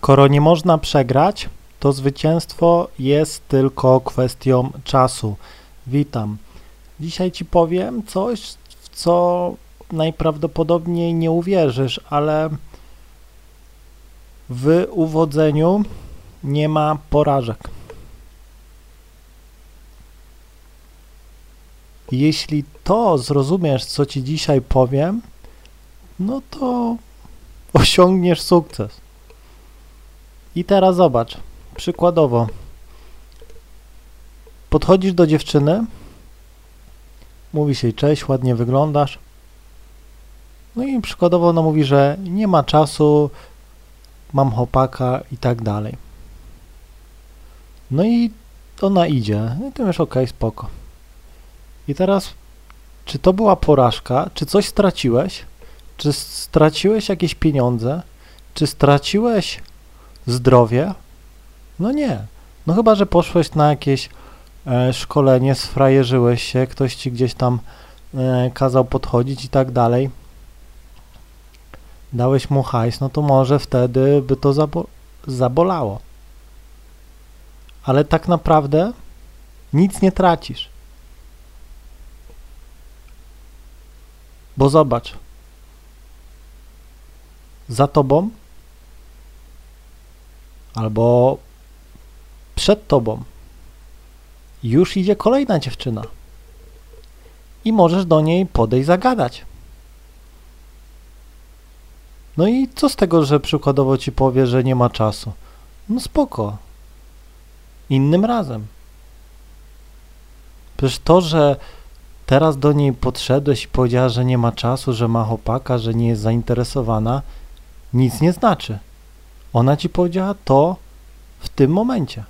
Skoro nie można przegrać, to zwycięstwo jest tylko kwestią czasu. Witam. Dzisiaj Ci powiem coś, w co najprawdopodobniej nie uwierzysz, ale w uwodzeniu nie ma porażek. Jeśli to zrozumiesz, co Ci dzisiaj powiem, no to osiągniesz sukces. I teraz zobacz, przykładowo, podchodzisz do dziewczyny, mówi jej cześć, ładnie wyglądasz, no i przykładowo ona mówi, że nie ma czasu, mam chłopaka i tak dalej. No i ona idzie, no i ty mówisz, okej, spoko. I teraz, czy to była porażka, czy coś straciłeś, czy straciłeś jakieś pieniądze, czy straciłeś zdrowie? No nie. No chyba, że poszłeś na jakieś szkolenie, sfrajerzyłeś się, ktoś ci gdzieś tam kazał podchodzić i tak dalej. Dałeś mu hajs, no to może wtedy by to zabolało. Ale tak naprawdę nic nie tracisz. Bo zobacz, za tobą albo przed tobą już idzie kolejna dziewczyna i możesz do niej podejść, zagadać. No i co z tego, że przykładowo ci powie, że nie ma czasu? No spoko. Innym razem. Przecież to, że teraz do niej podszedłeś i powiedziała, że nie ma czasu, że ma chłopaka, że nie jest zainteresowana, nic nie znaczy. Ona ci powiedziała to w tym momencie.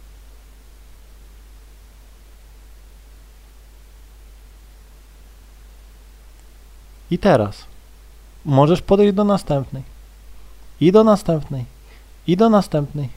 I teraz możesz podejść do następnej. I do następnej. I do następnej.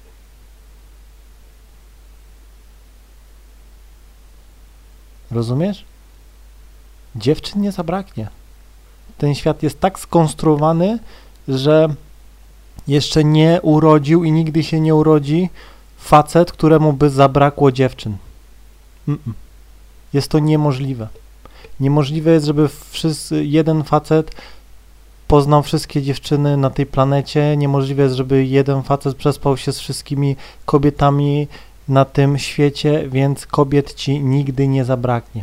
Rozumiesz? Dziewczyn nie zabraknie. Ten świat jest tak skonstruowany, że jeszcze nie urodził i nigdy się nie urodzi facet, któremu by zabrakło dziewczyn. Jest to niemożliwe. Niemożliwe jest, żeby jeden facet poznał wszystkie dziewczyny na tej planecie. Niemożliwe jest, żeby jeden facet przespał się z wszystkimi kobietami na tym świecie, więc kobiet ci nigdy nie zabraknie.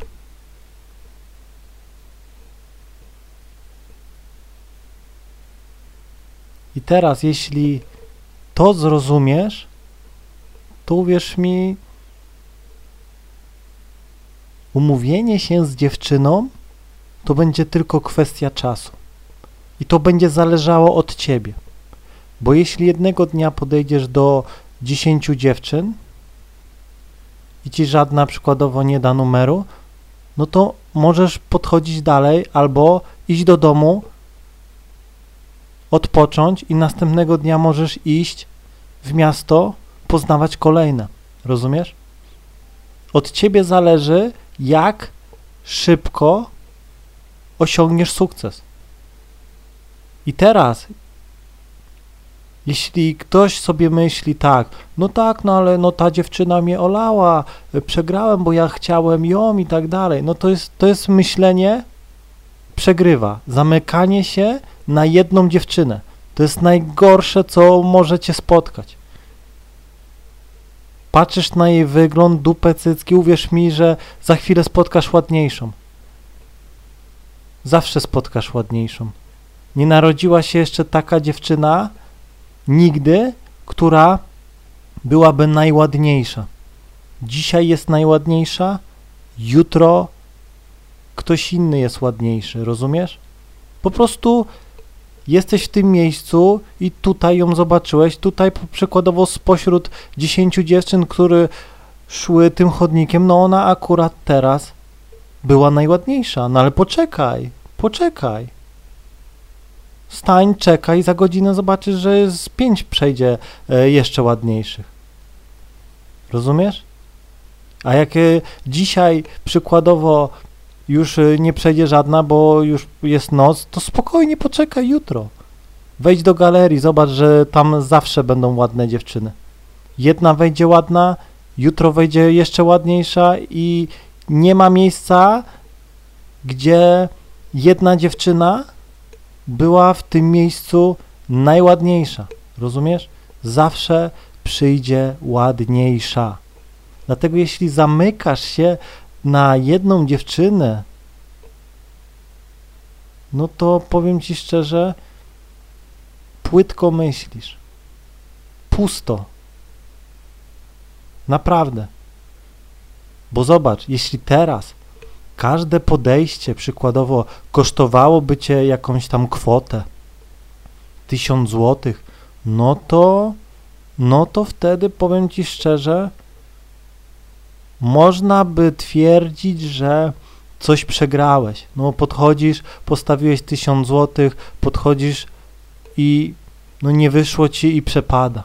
I teraz, jeśli to zrozumiesz, to uwierz mi, umówienie się z dziewczyną to będzie tylko kwestia czasu. I to będzie zależało od ciebie. Bo jeśli jednego dnia podejdziesz do 10 dziewczyn i ci żadna przykładowo nie da numeru, no to możesz podchodzić dalej albo iść do domu, odpocząć i następnego dnia możesz iść w miasto, poznawać kolejne. Rozumiesz? Od ciebie zależy, jak szybko osiągniesz sukces. I teraz, jeśli ktoś sobie myśli tak, no ale no ta dziewczyna mnie olała, przegrałem, bo ja chciałem ją i tak dalej, no to jest myślenie przegrywa, zamykanie się na jedną dziewczynę. To jest najgorsze, co może cię spotkać. Patrzysz na jej wygląd, dupę, cycki, uwierz mi, że za chwilę spotkasz ładniejszą. Zawsze spotkasz ładniejszą. Nie narodziła się jeszcze taka dziewczyna nigdy, która byłaby najładniejsza. Dzisiaj jest najładniejsza, jutro ktoś inny jest ładniejszy, rozumiesz? Po prostu jesteś w tym miejscu i tutaj ją zobaczyłeś, tutaj przykładowo spośród 10 dziewczyn, które szły tym chodnikiem, no ona akurat teraz była najładniejsza, no ale poczekaj. Stań, czekaj, za godzinę zobaczysz, że z 5 przejdzie jeszcze ładniejszych. Rozumiesz? A jak dzisiaj przykładowo już nie przejdzie żadna, bo już jest noc, to spokojnie poczekaj jutro. Wejdź do galerii, zobacz, że tam zawsze będą ładne dziewczyny. Jedna wejdzie ładna, jutro wejdzie jeszcze ładniejsza i nie ma miejsca, gdzie jedna dziewczyna była w tym miejscu najładniejsza. Rozumiesz? Zawsze przyjdzie ładniejsza. Dlatego jeśli zamykasz się na jedną dziewczynę, no to powiem ci szczerze, płytko myślisz. Pusto. Naprawdę. Bo zobacz, jeśli teraz każde podejście przykładowo kosztowałoby cię jakąś tam kwotę, 1000 złotych, no to wtedy powiem ci szczerze, można by twierdzić, że coś przegrałeś. No podchodzisz, postawiłeś 1000 złotych, podchodzisz i no nie wyszło ci i przepada.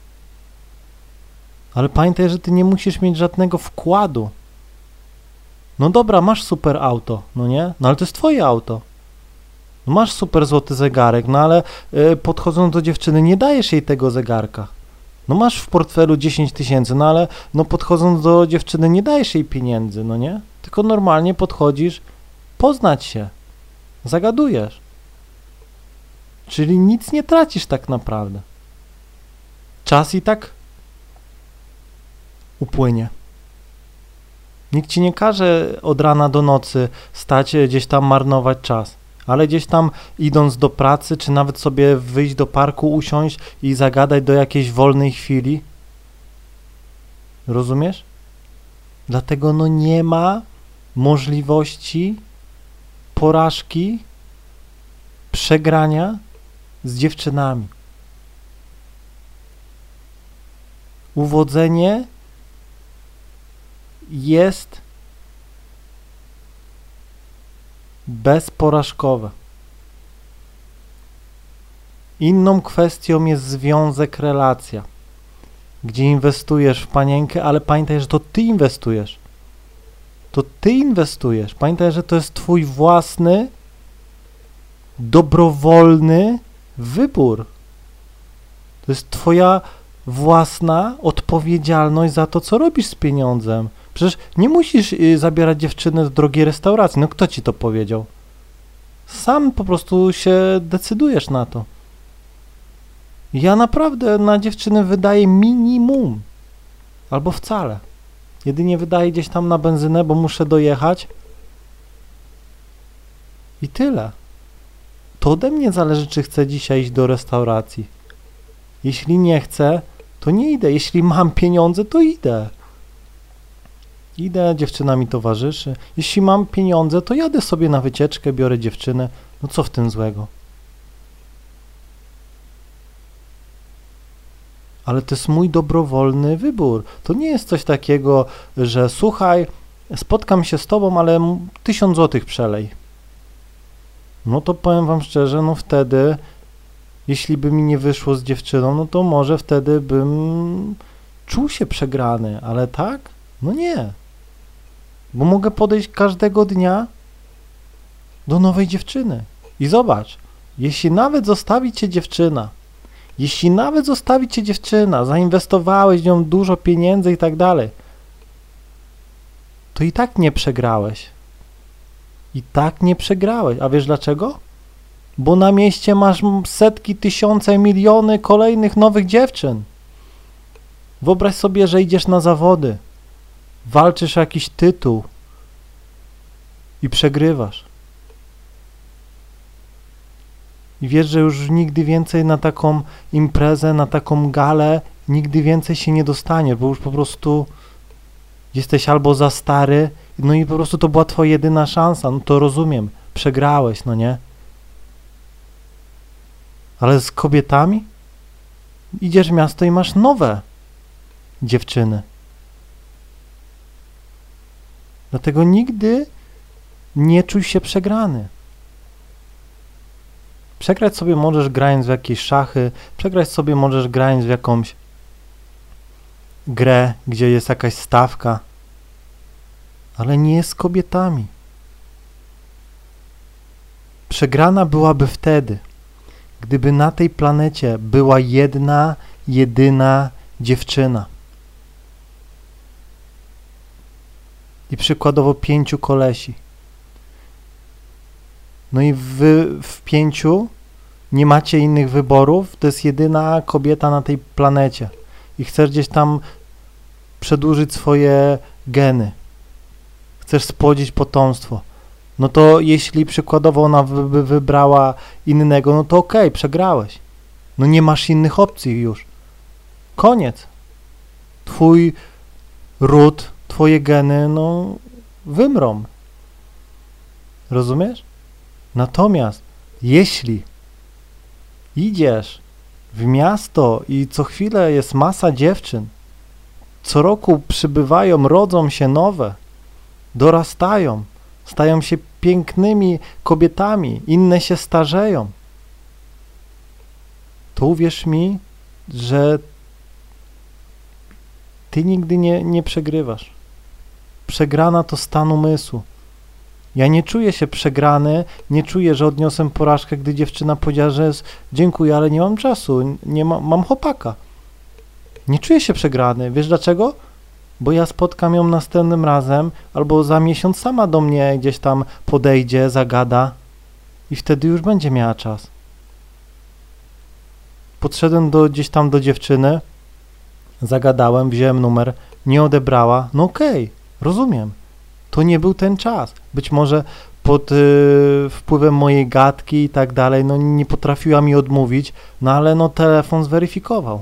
Ale pamiętaj, że ty nie musisz mieć żadnego wkładu. No dobra, masz super auto, no nie? No ale to jest twoje auto. No masz super złoty zegarek, no ale podchodząc do dziewczyny nie dajesz jej tego zegarka. No masz w portfelu 10 000, no ale no podchodząc do dziewczyny nie dajesz jej pieniędzy, no nie? Tylko normalnie podchodzisz, poznać się, zagadujesz. Czyli nic nie tracisz tak naprawdę. Czas i tak upłynie. Nikt ci nie każe od rana do nocy stać gdzieś tam marnować czas, ale gdzieś tam idąc do pracy, czy nawet sobie wyjść do parku, usiąść i zagadać do jakiejś wolnej chwili. Rozumiesz? Dlatego no nie ma możliwości porażki, przegrania z dziewczynami. Uwodzenie jest bezporażkowe. Inną kwestią jest związek, relacja, gdzie inwestujesz w panienkę, ale pamiętaj, że to ty inwestujesz. To ty inwestujesz. Pamiętaj, że to jest twój własny, dobrowolny wybór. To jest twoja własna odpowiedzialność za to, co robisz z pieniądzem. Przecież nie musisz zabierać dziewczyny do drogiej restauracji. No kto ci to powiedział? Sam po prostu się decydujesz na to. Ja naprawdę na dziewczyny wydaję minimum. Albo wcale. Jedynie wydaję gdzieś tam na benzynę, bo muszę dojechać. I tyle. To ode mnie zależy, czy chcę dzisiaj iść do restauracji. Jeśli nie chcę, to nie idę. Jeśli mam pieniądze, to idę. Idę, dziewczyna mi towarzyszy. Jeśli mam pieniądze, to jadę sobie na wycieczkę, biorę dziewczynę. No co w tym złego? Ale to jest mój dobrowolny wybór. To nie jest coś takiego, że słuchaj, spotkam się z tobą, ale 1000 złotych przelej. No to powiem wam szczerze, no wtedy, jeśli by mi nie wyszło z dziewczyną, no to może wtedy bym czuł się przegrany, ale tak? No nie. Bo mogę podejść każdego dnia do nowej dziewczyny. I zobacz, jeśli nawet zostawi cię dziewczyna, zainwestowałeś w nią dużo pieniędzy i tak dalej, to i tak nie przegrałeś. I tak nie przegrałeś. A wiesz dlaczego? Bo na mieście masz setki, tysiące, miliony kolejnych nowych dziewczyn. Wyobraź sobie, że idziesz na zawody, walczysz o jakiś tytuł i przegrywasz. I wiesz, że już nigdy więcej na taką imprezę, na taką galę, nigdy więcej się nie dostanie, bo już po prostu jesteś albo za stary, no i po prostu to była twoja jedyna szansa, no to rozumiem, przegrałeś, no nie? Ale z kobietami idziesz w miasto i masz nowe dziewczyny. Dlatego nigdy nie czuj się przegrany. Przegrać sobie możesz grając w jakieś szachy, przegrać sobie możesz grając w jakąś grę, gdzie jest jakaś stawka, ale nie z kobietami. Przegrana byłaby wtedy, Gdyby na tej planecie była jedna, jedyna dziewczyna i przykładowo 5 kolesi, no i wy w 5 nie macie innych wyborów, to jest jedyna kobieta na tej planecie i chcesz gdzieś tam przedłużyć swoje geny, chcesz spłodzić potomstwo, no to jeśli przykładowo ona by wybrała innego, no to okej, przegrałeś. No nie masz innych opcji już. Koniec. Twój ród, twoje geny, no wymrą. Rozumiesz? Natomiast jeśli idziesz w miasto i co chwilę jest masa dziewczyn, co roku przybywają, rodzą się nowe, dorastają, stają się pięknymi kobietami, inne się starzeją, to uwierz mi, że ty nigdy nie przegrywasz. Przegrana to stan umysłu. Ja nie czuję się przegrany, nie czuję, że odniosłem porażkę, gdy dziewczyna powiedziała, że dziękuję, ale nie mam czasu, mam chłopaka. Nie czuję się przegrany. Wiesz dlaczego? Bo ja spotkam ją następnym razem, albo za miesiąc sama do mnie gdzieś tam podejdzie, zagada i wtedy już będzie miała czas. Podszedłem gdzieś tam do dziewczyny, zagadałem, wziąłem numer, nie odebrała, no okej, rozumiem. To nie był ten czas. Być może pod wpływem mojej gadki i tak dalej, no nie potrafiła mi odmówić, no ale no telefon zweryfikował.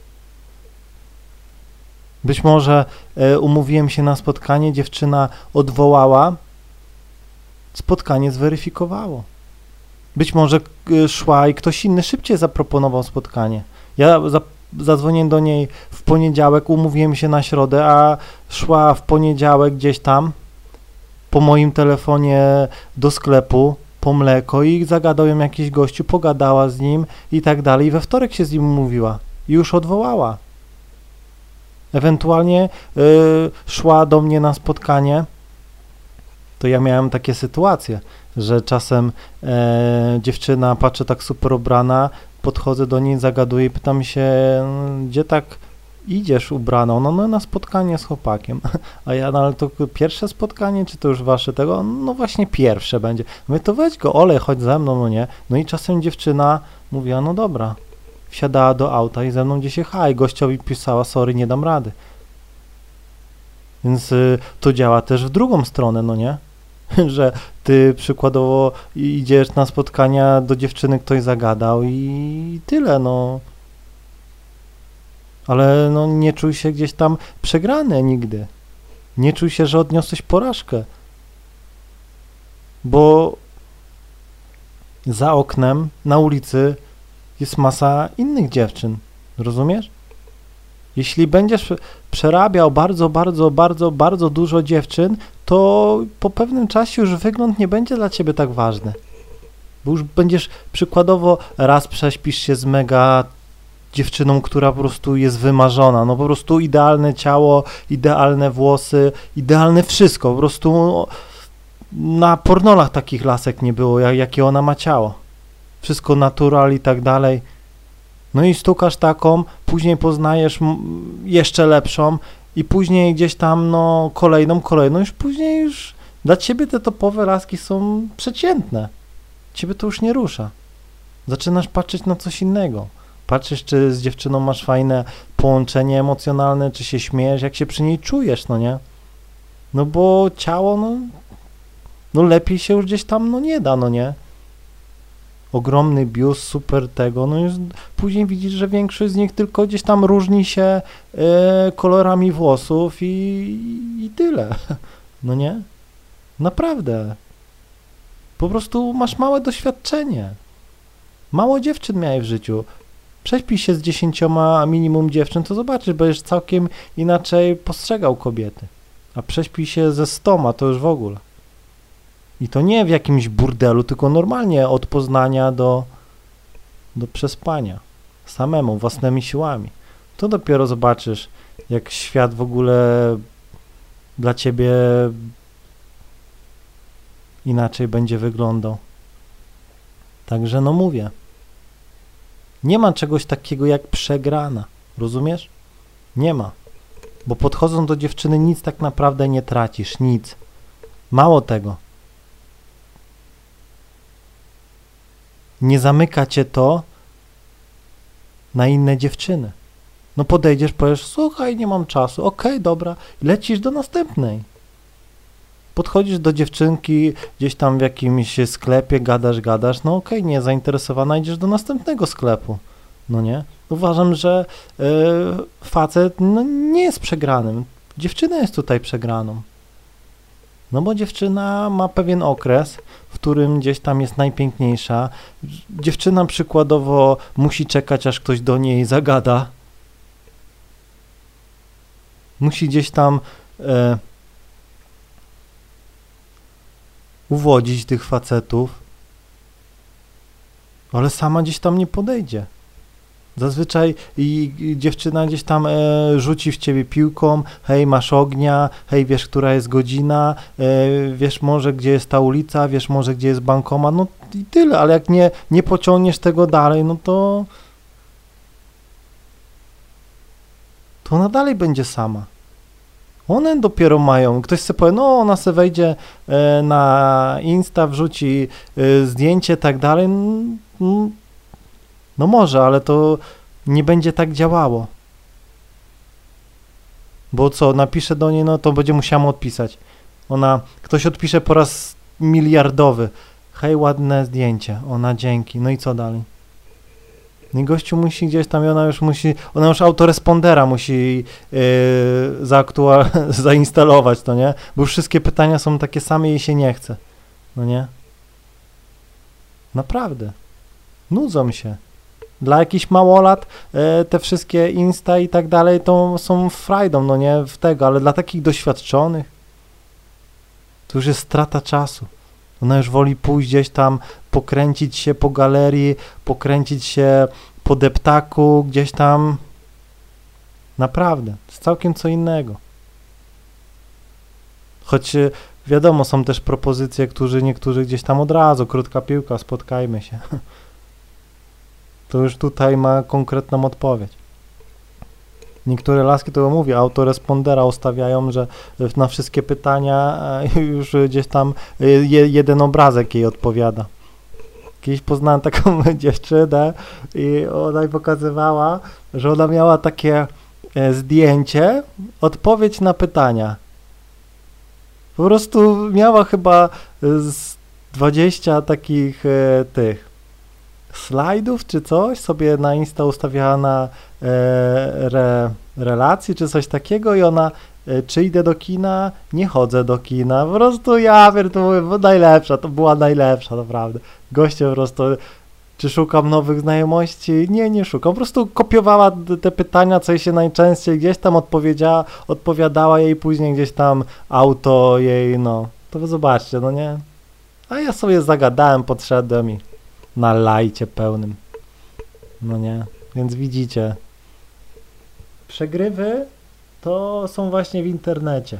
Być może umówiłem się na spotkanie, dziewczyna odwołała, spotkanie zweryfikowało. Być może szła i ktoś inny szybciej zaproponował spotkanie. Ja zadzwoniłem do niej w poniedziałek, umówiłem się na środę, a szła w poniedziałek gdzieś tam po moim telefonie do sklepu po mleko i zagadał ją jakiś gościu, pogadała z nim i tak dalej. I we wtorek się z nim umówiła i już odwołała. Ewentualnie szła do mnie na spotkanie, to ja miałem takie sytuacje, że czasem dziewczyna patrzy tak super ubrana, podchodzę do niej, zagaduję i pytam się, gdzie tak idziesz ubrana? No na spotkanie z chłopakiem. A ja, no ale to pierwsze spotkanie, czy to już wasze tego? No właśnie pierwsze będzie. Mówię, to weź go, olej, chodź ze mną, no nie? No i czasem dziewczyna mówiła, no dobra. Wsiadała do auta i ze mną gdzieś jechała i gościowi pisała, sorry, nie dam rady. Więc to działa też w drugą stronę, no nie? Że ty przykładowo idziesz na spotkania do dziewczyny, ktoś zagadał i tyle, no. Ale no nie czuj się gdzieś tam przegrany nigdy. Nie czuj się, że odniosłeś porażkę. Bo za oknem, na ulicy jest masa innych dziewczyn. Rozumiesz? Jeśli będziesz przerabiał bardzo dużo dziewczyn, to po pewnym czasie już wygląd nie będzie dla ciebie tak ważny. Bo już będziesz przykładowo raz prześpisz się z mega dziewczyną, która po prostu jest wymarzona. No po prostu idealne ciało, idealne włosy, idealne wszystko. Po prostu na pornolach takich lasek nie było, jakie ona ma ciało. Wszystko natural i tak dalej. No i stukasz taką, później poznajesz jeszcze lepszą i później gdzieś tam, no, kolejną, już później już dla ciebie te topowe laski są przeciętne. Ciebie to już nie rusza. Zaczynasz patrzeć na coś innego. Patrzysz, czy z dziewczyną masz fajne połączenie emocjonalne, czy się śmiejesz, jak się przy niej czujesz, no nie? No bo ciało, no lepiej się już gdzieś tam, no nie da, no nie? Ogromny biust, super tego, no już później widzisz, że większość z nich tylko gdzieś tam różni się kolorami włosów i tyle, no nie? Naprawdę. Po prostu masz małe doświadczenie. Mało dziewczyn miałeś w życiu. Prześpij się z 10 minimum dziewczyn, to zobaczysz, będziesz całkiem inaczej postrzegał kobiety. A prześpij się ze 100, to już w ogóle. I to nie w jakimś burdelu, tylko normalnie od poznania do przespania. Samemu, własnymi siłami. To dopiero zobaczysz, jak świat w ogóle dla ciebie inaczej będzie wyglądał. Także no mówię, Nie ma czegoś takiego jak przegrana. Rozumiesz? Nie ma. Bo podchodząc do dziewczyny nic tak naprawdę nie tracisz. Nic. Mało tego. Nie zamyka cię to na inne dziewczyny. No podejdziesz, powiesz, słuchaj, nie mam czasu. Okej, dobra. Lecisz do następnej. Podchodzisz do dziewczynki gdzieś tam w jakimś sklepie, gadasz, no okej, nie zainteresowana, idziesz do następnego sklepu, no nie? Uważam, że facet no, nie jest przegranym, dziewczyna jest tutaj przegraną, no bo dziewczyna ma pewien okres, w którym gdzieś tam jest najpiękniejsza, dziewczyna przykładowo musi czekać, aż ktoś do niej zagada, musi gdzieś tam uwodzić tych facetów, ale sama gdzieś tam nie podejdzie. Zazwyczaj i dziewczyna gdzieś tam rzuci w ciebie piłką, hej, masz ognia, hej, wiesz, która jest godzina, wiesz może, gdzie jest ta ulica, wiesz może, gdzie jest bankomat, no i tyle, ale jak nie pociągniesz tego dalej, no to ona dalej będzie sama. One dopiero mają, ktoś sobie powie, no ona se wejdzie na Insta, wrzuci zdjęcie, tak dalej, no może, ale to nie będzie tak działało. Bo co, napisze do niej, no to będzie musiała mu odpisać. Ktoś odpisze po raz miliardowy, hej, ładne zdjęcie, ona dzięki, no i co dalej? I gościu musi gdzieś tam, ona już autorespondera musi zainstalować, to nie? Bo już wszystkie pytania są takie same i jej się nie chce, no nie? Naprawdę. Nudzą się. Dla jakichś małolat te wszystkie Insta i tak dalej to są frajdą, no nie? W tego, ale dla takich doświadczonych to już jest strata czasu. Ona już woli pójść gdzieś tam, pokręcić się po galerii, pokręcić się po deptaku, gdzieś tam. Naprawdę, to jest całkiem co innego. Choć wiadomo, są też propozycje, niektórzy gdzieś tam od razu, krótka piłka, spotkajmy się. To już tutaj ma konkretną odpowiedź. Niektóre laski, to mówię, autorespondera ustawiają, że na wszystkie pytania już gdzieś tam jeden obrazek jej odpowiada. Kiedyś poznałem taką dziewczynę i ona mi pokazywała, że ona miała takie zdjęcie, odpowiedź na pytania. Po prostu miała chyba z 20 takich tych slajdów czy coś, sobie na Insta ustawiała na relacji czy coś takiego i ona czy idę do kina? Nie chodzę do kina. Po prostu ja pierdolę, najlepsza, to była najlepsza, naprawdę. Goście po prostu, czy szukam nowych znajomości? Nie szukam. Po prostu kopiowała te pytania, co jej się najczęściej gdzieś tam odpowiadała jej później gdzieś tam auto jej, no. To wy zobaczcie, no nie? A ja sobie zagadałem, podszedłem i na lajcie pełnym. No nie? Więc widzicie. Przegrywy to są właśnie w internecie.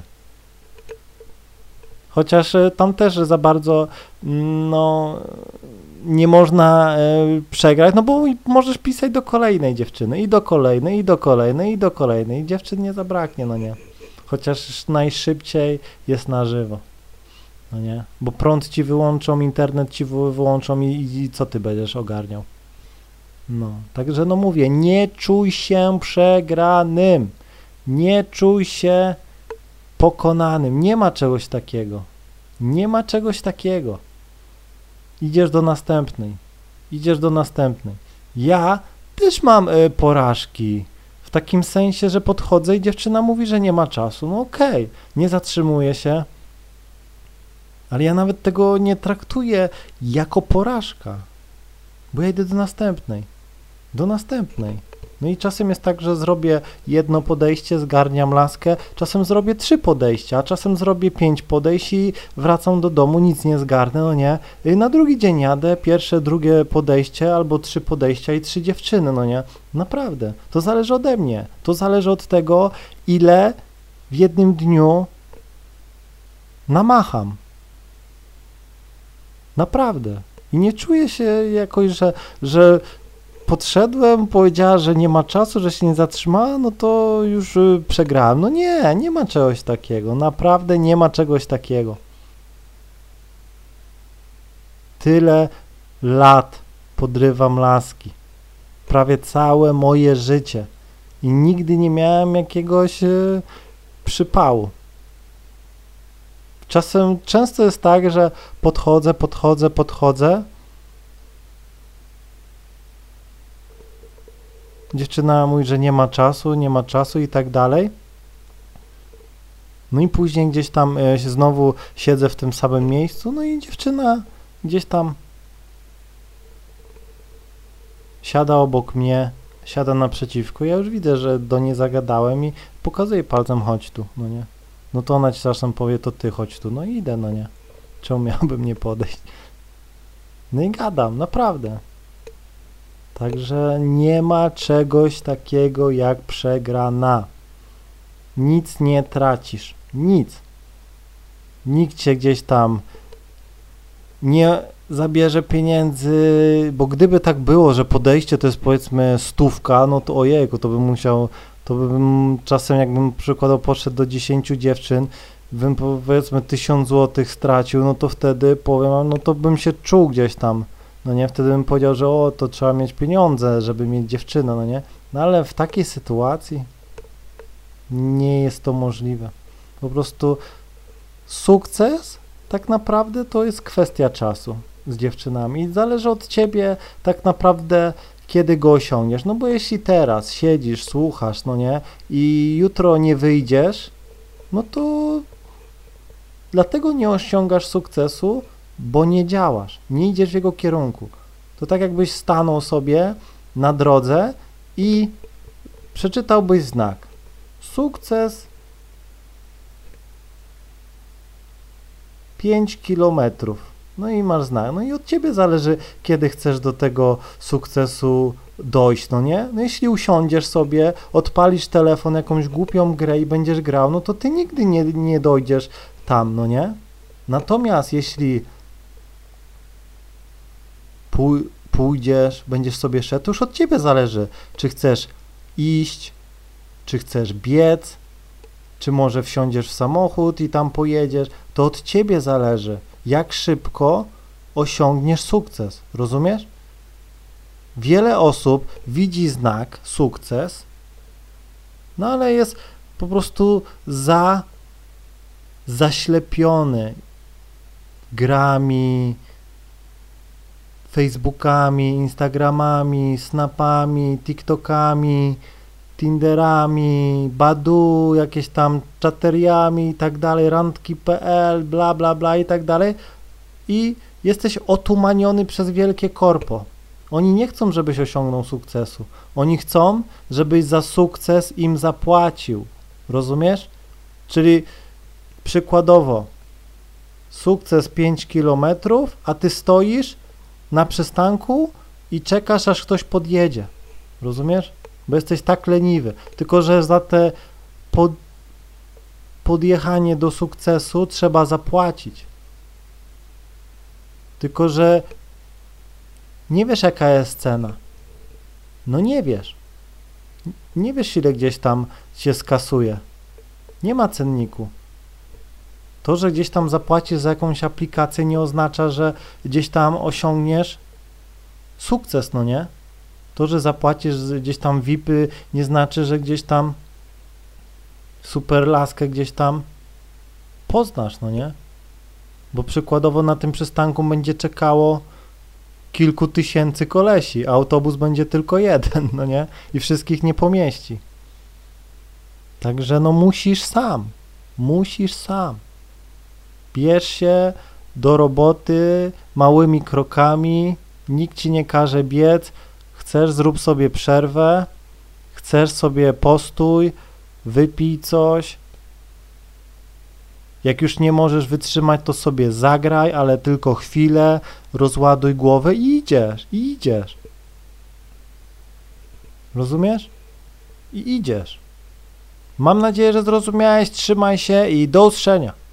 Chociaż tam też za bardzo no nie można przegrać, no bo możesz pisać do kolejnej dziewczyny i do kolejnej, i do kolejnej, i do kolejnej. Dziewczyn nie zabraknie, no nie. Chociaż najszybciej jest na żywo. No nie? Bo prąd ci wyłączą, internet ci wyłączą i co ty będziesz ogarniał? No, także no mówię, nie czuj się przegranym. Nie czuj się pokonanym. Nie ma czegoś takiego. Nie ma czegoś takiego. Idziesz do następnej. Idziesz do następnej. Ja też mam porażki. W takim sensie, że podchodzę i dziewczyna mówi, że nie ma czasu. No okej, nie zatrzymuję się. Ale ja nawet tego nie traktuję jako porażka. Bo ja idę do następnej. Do następnej. No i czasem jest tak, że zrobię jedno podejście, zgarniam laskę, czasem zrobię 3 podejścia, a czasem zrobię 5 podejść i wracam do domu, nic nie zgarnę, no nie. Na drugi dzień jadę, pierwsze, drugie podejście, albo 3 podejścia i 3 dziewczyny, no nie. Naprawdę. To zależy ode mnie. To zależy od tego, ile w jednym dniu namacham. Naprawdę. I nie czuję się jakoś, że podszedłem, powiedziała, że nie ma czasu, że się nie zatrzymała, no to już przegrałem. No nie ma czegoś takiego, naprawdę nie ma czegoś takiego. Tyle lat podrywam laski, prawie całe moje życie i nigdy nie miałem jakiegoś przypału. Czasem często jest tak, że podchodzę. Dziewczyna mówi, że nie ma czasu i tak dalej. No i później gdzieś tam znowu siedzę w tym samym miejscu, no i dziewczyna gdzieś tam siada obok mnie, siada naprzeciwko. Ja już widzę, że do niej zagadałem i pokazuję palcem, chodź tu, no nie. No to ona ci czasem powie, to ty chodź tu, no i idę, no nie. Czemu miałbym nie podejść? No i gadam, naprawdę. Także nie ma czegoś takiego jak przegrana. Nic nie tracisz. Nic. Nikt cię gdzieś tam nie zabierze pieniędzy, bo gdyby tak było, że podejście to jest powiedzmy 100, no to ojejku, to bym czasem jakbym przykładowo poszedł do 10 dziewczyn, bym powiedzmy 1000 złotych stracił, no to wtedy powiem, no to bym się czuł gdzieś tam. No nie, wtedy bym powiedział, że to trzeba mieć pieniądze, żeby mieć dziewczynę, no nie? No ale w takiej sytuacji nie jest to możliwe. Po prostu sukces tak naprawdę to jest kwestia czasu z dziewczynami i zależy od ciebie tak naprawdę, kiedy go osiągniesz. No bo jeśli teraz siedzisz, słuchasz, no nie, i jutro nie wyjdziesz, no to dlatego nie osiągasz sukcesu, bo nie działasz, nie idziesz w jego kierunku. To tak jakbyś stanął sobie na drodze i przeczytałbyś znak. Sukces 5 kilometrów. No i masz znak. No i od ciebie zależy, kiedy chcesz do tego sukcesu dojść, no nie? No jeśli usiądziesz sobie, odpalisz telefon, jakąś głupią grę i będziesz grał, no to ty nigdy nie dojdziesz tam, no nie? Natomiast jeśli pójdziesz, będziesz sobie szedł, to już od ciebie zależy, czy chcesz iść, czy chcesz biec, czy może wsiądziesz w samochód i tam pojedziesz, to od ciebie zależy, jak szybko osiągniesz sukces, rozumiesz? Wiele osób widzi znak sukces, no ale jest po prostu zaślepiony grami, Facebookami, Instagramami, Snapami, TikTokami, Tinderami, Badu, jakieś tam czateriami i tak dalej, randki.pl, bla bla bla i tak dalej i jesteś otumaniony przez wielkie korpo. Oni nie chcą, żebyś osiągnął sukcesu. Oni chcą, żebyś za sukces im zapłacił. Rozumiesz? Czyli przykładowo sukces 5 kilometrów, a ty stoisz na przystanku i czekasz, aż ktoś podjedzie. Rozumiesz? Bo jesteś tak leniwy. Tylko że za te podjechanie do sukcesu trzeba zapłacić. Tylko że nie wiesz, jaka jest cena. No nie wiesz. Nie wiesz, ile gdzieś tam się skasuje. Nie ma cenniku. To, że gdzieś tam zapłacisz za jakąś aplikację, nie oznacza, że gdzieś tam osiągniesz sukces, no nie? To, że zapłacisz gdzieś tam VIP-y, nie znaczy, że gdzieś tam super laskę gdzieś tam poznasz, no nie? Bo przykładowo na tym przystanku będzie czekało kilku tysięcy kolesi, a autobus będzie tylko jeden, no nie? I wszystkich nie pomieści. Także no musisz sam. Bierz się do roboty małymi krokami, nikt ci nie każe biec, chcesz, zrób sobie przerwę, chcesz sobie postój, wypij coś. Jak już nie możesz wytrzymać, to sobie zagraj, ale tylko chwilę, rozładuj głowę i idziesz. Rozumiesz? I idziesz. Mam nadzieję, że zrozumiałeś, trzymaj się i do usłyszenia.